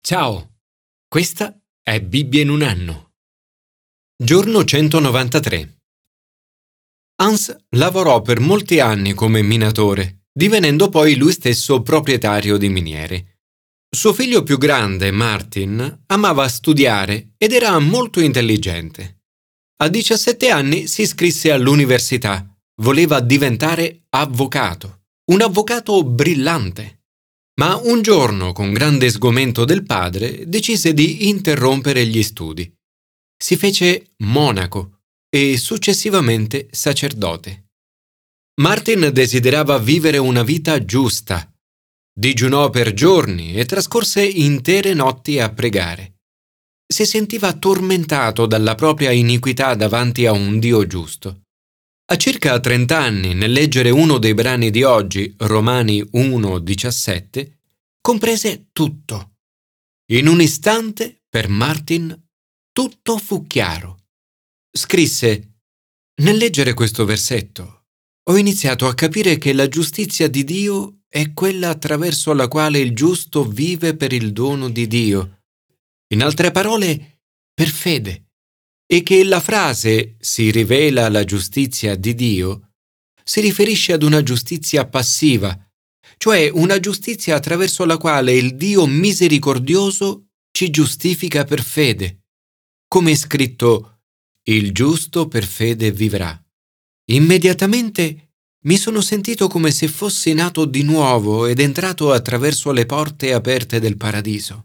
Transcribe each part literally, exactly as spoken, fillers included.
Ciao, questa è Bibbia in un anno. Giorno centonovantatré. Hans lavorò per molti anni come minatore, divenendo poi lui stesso proprietario di miniere. Suo figlio più grande, Martin, amava studiare ed era molto intelligente. A diciassette anni si iscrisse all'università, voleva diventare avvocato, un avvocato brillante. Ma un giorno, con grande sgomento del padre, decise di interrompere gli studi. Si fece monaco e successivamente sacerdote. Martin desiderava vivere una vita giusta. Digiunò per giorni e trascorse intere notti a pregare. Si sentiva tormentato dalla propria iniquità davanti a un Dio giusto. A circa trent'anni, nel leggere uno dei brani di oggi, Romani uno diciassette, comprese tutto. In un istante, per Martin, tutto fu chiaro. Scrisse: nel leggere questo versetto, ho iniziato a capire che la giustizia di Dio è quella attraverso la quale il giusto vive per il dono di Dio. In altre parole, per fede. E che la frase «si rivela la giustizia di Dio» si riferisce ad una giustizia passiva, cioè una giustizia attraverso la quale il Dio misericordioso ci giustifica per fede. Come è scritto, il giusto per fede vivrà. Immediatamente mi sono sentito come se fossi nato di nuovo ed entrato attraverso le porte aperte del paradiso.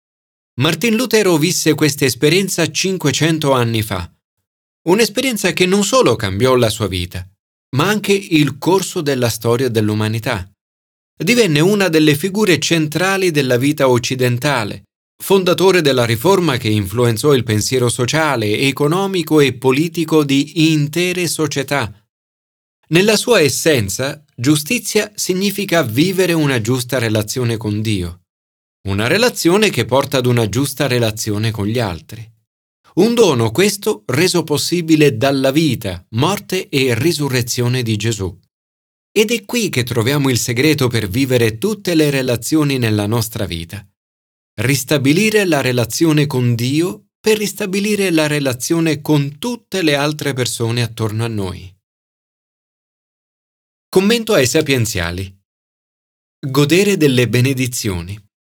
Martin Lutero visse questa esperienza cinquecento anni fa. Un'esperienza che non solo cambiò la sua vita, ma anche il corso della storia dell'umanità. Divenne una delle figure centrali della vita occidentale, fondatore della riforma che influenzò il pensiero sociale, economico e politico di intere società. Nella sua essenza, giustizia significa vivere una giusta relazione con Dio. Una relazione che porta ad una giusta relazione con gli altri. Un dono questo reso possibile dalla vita, morte e risurrezione di Gesù. Ed è qui che troviamo il segreto per vivere tutte le relazioni nella nostra vita. Ristabilire la relazione con Dio per ristabilire la relazione con tutte le altre persone attorno a noi. Commento ai sapienziali. Godere delle benedizioni.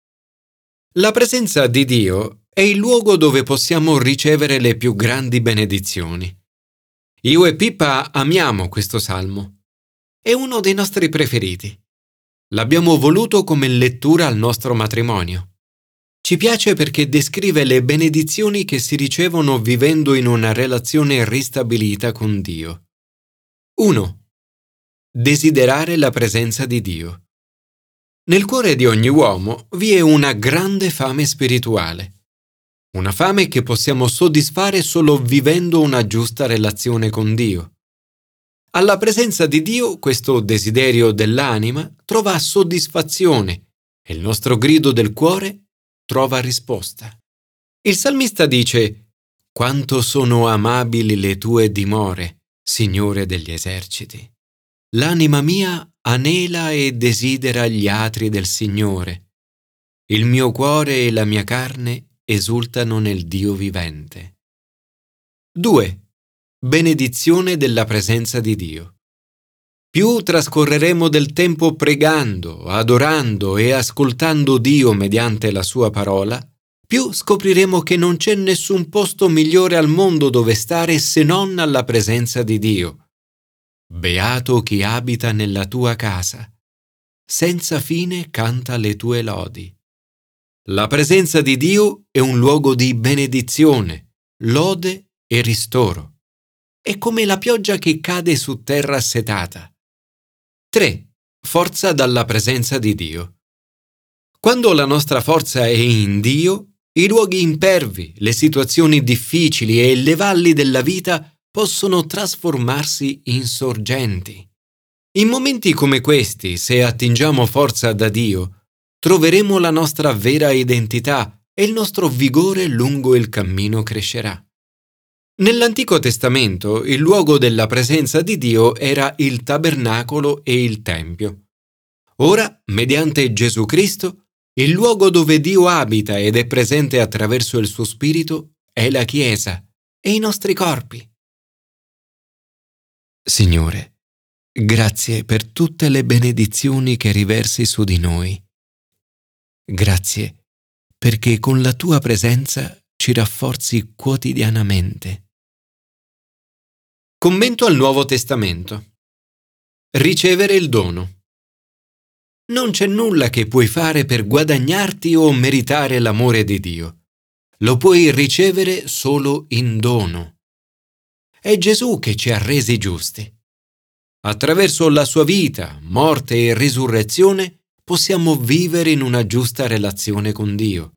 La presenza di Dio è il luogo dove possiamo ricevere le più grandi benedizioni. Io e Pippa amiamo questo salmo. È uno dei nostri preferiti. L'abbiamo voluto come lettura al nostro matrimonio. Ci piace perché descrive le benedizioni che si ricevono vivendo in una relazione ristabilita con Dio. uno. Desiderare la presenza di Dio. Nel cuore di ogni uomo vi è una grande fame spirituale, una fame che possiamo soddisfare solo vivendo una giusta relazione con Dio. Alla presenza di Dio questo desiderio dell'anima trova soddisfazione e il nostro grido del cuore trova risposta. Il salmista dice: «Quanto sono amabili le tue dimore, Signore degli eserciti! L'anima mia anela e desidera gli atri del Signore. Il mio cuore e la mia carne esultano nel Dio vivente». due. Benedizione della presenza di Dio. Più trascorreremo del tempo pregando, adorando e ascoltando Dio mediante la sua parola, più scopriremo che non c'è nessun posto migliore al mondo dove stare se non alla presenza di Dio. Beato chi abita nella tua casa, senza fine canta le tue lodi. La presenza di Dio è un luogo di benedizione, lode e ristoro. È come la pioggia che cade su terra assetata. tre. Forza dalla presenza di Dio. Quando la nostra forza è in Dio, i luoghi impervi, le situazioni difficili e le valli della vita possono trasformarsi in sorgenti. In momenti come questi, se attingiamo forza da Dio, troveremo la nostra vera identità e il nostro vigore lungo il cammino crescerà. Nell'Antico Testamento il luogo della presenza di Dio era il tabernacolo e il Tempio. Ora, mediante Gesù Cristo, Il luogo dove Dio abita ed è presente attraverso il suo Spirito è la Chiesa e i nostri corpi. Signore, grazie per tutte le benedizioni che riversi su di noi. Grazie perché con la tua presenza ci rafforzi quotidianamente. Commento al Nuovo Testamento. Ricevere il dono. Non c'è nulla che puoi fare per guadagnarti o meritare l'amore di Dio. Lo puoi ricevere solo in dono. È Gesù che ci ha resi giusti. Attraverso la sua vita, morte e risurrezione possiamo vivere in una giusta relazione con Dio.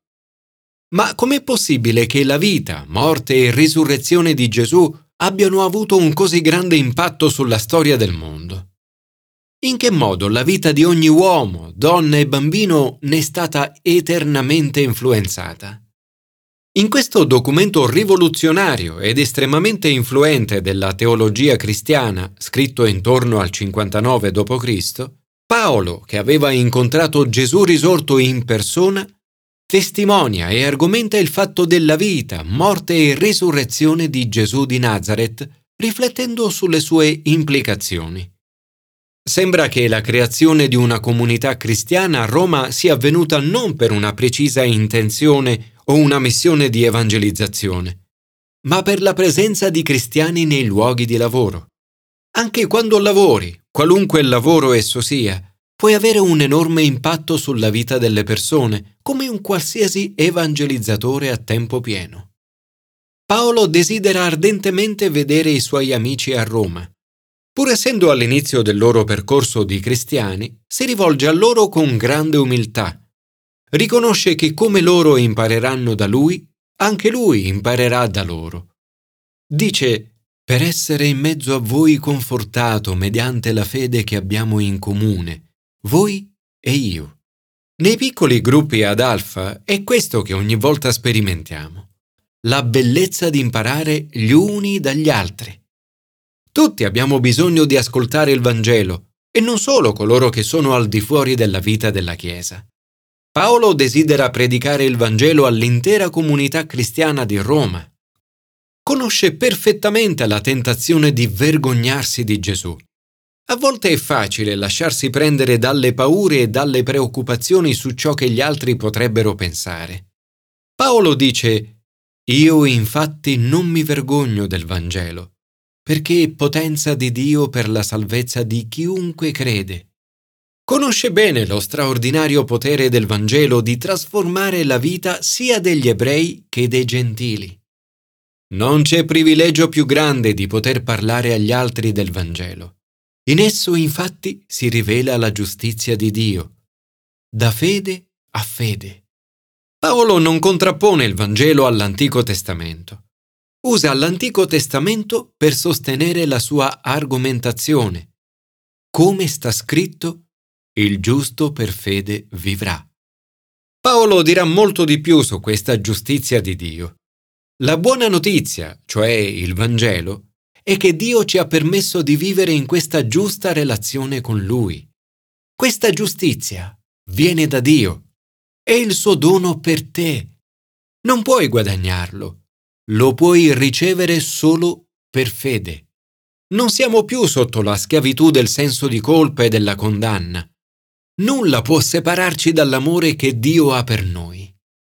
Ma com'è possibile che la vita, morte e risurrezione di Gesù abbiano avuto un così grande impatto sulla storia del mondo? In che modo la vita di ogni uomo, donna e bambino ne è stata eternamente influenzata? In questo documento rivoluzionario ed estremamente influente della teologia cristiana, scritto intorno al cinquantanove dopo Cristo, Paolo, che aveva incontrato Gesù risorto in persona, testimonia e argomenta il fatto della vita, morte e risurrezione di Gesù di Nazaret, riflettendo sulle sue implicazioni. Sembra che la creazione di una comunità cristiana a Roma sia avvenuta non per una precisa intenzione o una missione di evangelizzazione, ma per la presenza di cristiani nei luoghi di lavoro. Anche quando lavori, qualunque lavoro esso sia, puoi avere un enorme impatto sulla vita delle persone, come un qualsiasi evangelizzatore a tempo pieno. Paolo desidera ardentemente vedere i suoi amici a Roma. Pur essendo all'inizio del loro percorso di cristiani, si rivolge a loro con grande umiltà. Riconosce che come loro impareranno da lui, anche lui imparerà da loro. Dice: per essere in mezzo a voi confortato mediante la fede che abbiamo in comune, voi e io. Nei piccoli gruppi ad Alfa è questo che ogni volta sperimentiamo: la bellezza di imparare gli uni dagli altri. Tutti abbiamo bisogno di ascoltare il Vangelo, e non solo coloro che sono al di fuori della vita della Chiesa. Paolo desidera predicare il Vangelo all'intera comunità cristiana di Roma. Conosce perfettamente la tentazione di vergognarsi di Gesù. A volte è facile lasciarsi prendere dalle paure e dalle preoccupazioni su ciò che gli altri potrebbero pensare. Paolo dice: «Io infatti non mi vergogno del Vangelo, perché è potenza di Dio per la salvezza di chiunque crede». Conosce bene lo straordinario potere del Vangelo di trasformare la vita sia degli ebrei che dei gentili. Non c'è privilegio più grande di poter parlare agli altri del Vangelo. In esso, infatti, si rivela la giustizia di Dio, da fede a fede. Paolo non contrappone il Vangelo all'Antico Testamento. Usa l'Antico Testamento per sostenere la sua argomentazione. Come sta scritto, il giusto per fede vivrà. Paolo dirà molto di più su questa giustizia di Dio. La buona notizia, cioè il Vangelo, è che Dio ci ha permesso di vivere in questa giusta relazione con Lui. Questa giustizia viene da Dio. È il suo dono per te. Non puoi guadagnarlo. Lo puoi ricevere solo per fede. Non siamo più sotto la schiavitù del senso di colpa e della condanna. Nulla può separarci dall'amore che Dio ha per noi.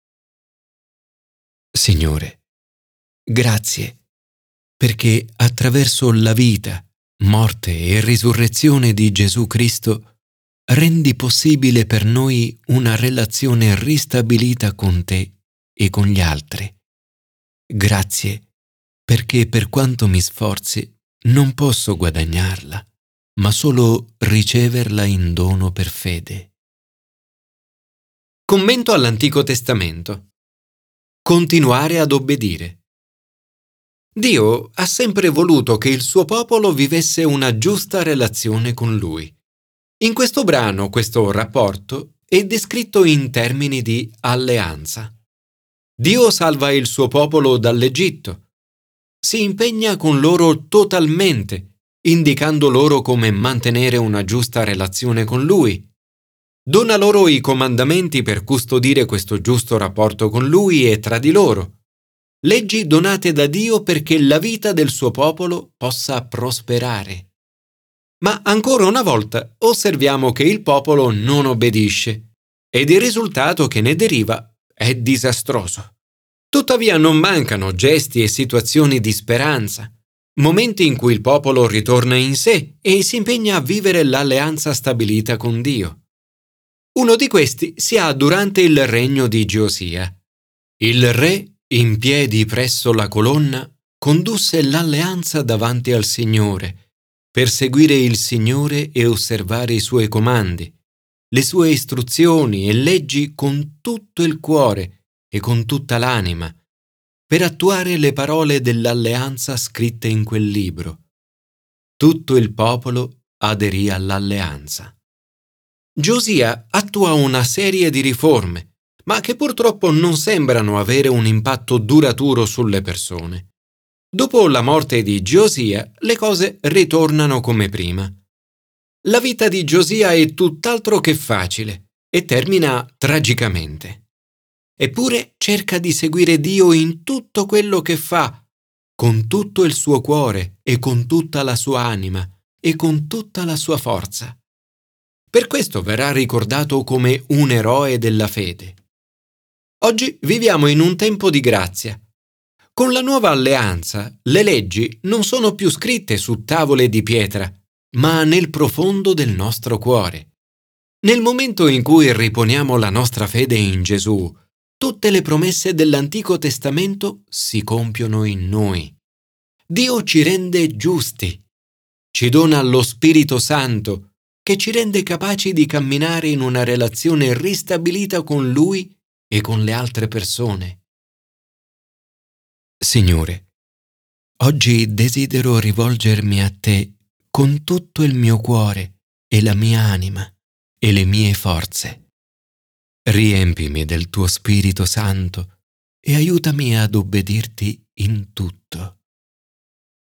Signore, grazie, perché attraverso la vita, morte e risurrezione di Gesù Cristo rendi possibile per noi una relazione ristabilita con te e con gli altri. Grazie, perché per quanto mi sforzi non posso guadagnarla, ma solo riceverla in dono per fede. Commento all'Antico Testamento. Continuare ad obbedire. Dio ha sempre voluto che il suo popolo vivesse una giusta relazione con Lui. In questo brano, questo rapporto è descritto in termini di alleanza. Dio salva il suo popolo dall'Egitto. Si impegna con loro totalmente, indicando loro come mantenere una giusta relazione con Lui. Dona loro i comandamenti per custodire questo giusto rapporto con Lui e tra di loro. Leggi donate da Dio perché la vita del suo popolo possa prosperare. Ma ancora una volta osserviamo che il popolo non obbedisce ed il risultato che ne deriva è disastroso. Tuttavia non mancano gesti e situazioni di speranza, momenti in cui il popolo ritorna in sé e si impegna a vivere l'alleanza stabilita con Dio. Uno di questi si ha durante il regno di Giosia. Il re, in piedi presso la colonna, condusse l'alleanza davanti al Signore, per seguire il Signore e osservare i suoi comandi, le sue istruzioni e leggi con tutto il cuore e con tutta l'anima, per attuare le parole dell'alleanza scritte in quel libro. Tutto il popolo aderì all'alleanza. Giosia attua una serie di riforme, ma che purtroppo non sembrano avere un impatto duraturo sulle persone. Dopo la morte di Giosia, le cose ritornano come prima. La vita di Giosia è tutt'altro che facile e termina tragicamente. Eppure cerca di seguire Dio in tutto quello che fa, con tutto il suo cuore e con tutta la sua anima e con tutta la sua forza. Per questo verrà ricordato come un eroe della fede. Oggi viviamo in un tempo di grazia. Con la nuova alleanza, le leggi non sono più scritte su tavole di pietra, ma nel profondo del nostro cuore. Nel momento in cui riponiamo la nostra fede in Gesù, tutte le promesse dell'Antico Testamento si compiono in noi. Dio ci rende giusti, ci dona lo Spirito Santo, che ci rende capaci di camminare in una relazione ristabilita con Lui e con le altre persone. Signore, oggi desidero rivolgermi a Te con tutto il mio cuore e la mia anima e le mie forze. Riempimi del Tuo Spirito Santo e aiutami ad obbedirti in tutto.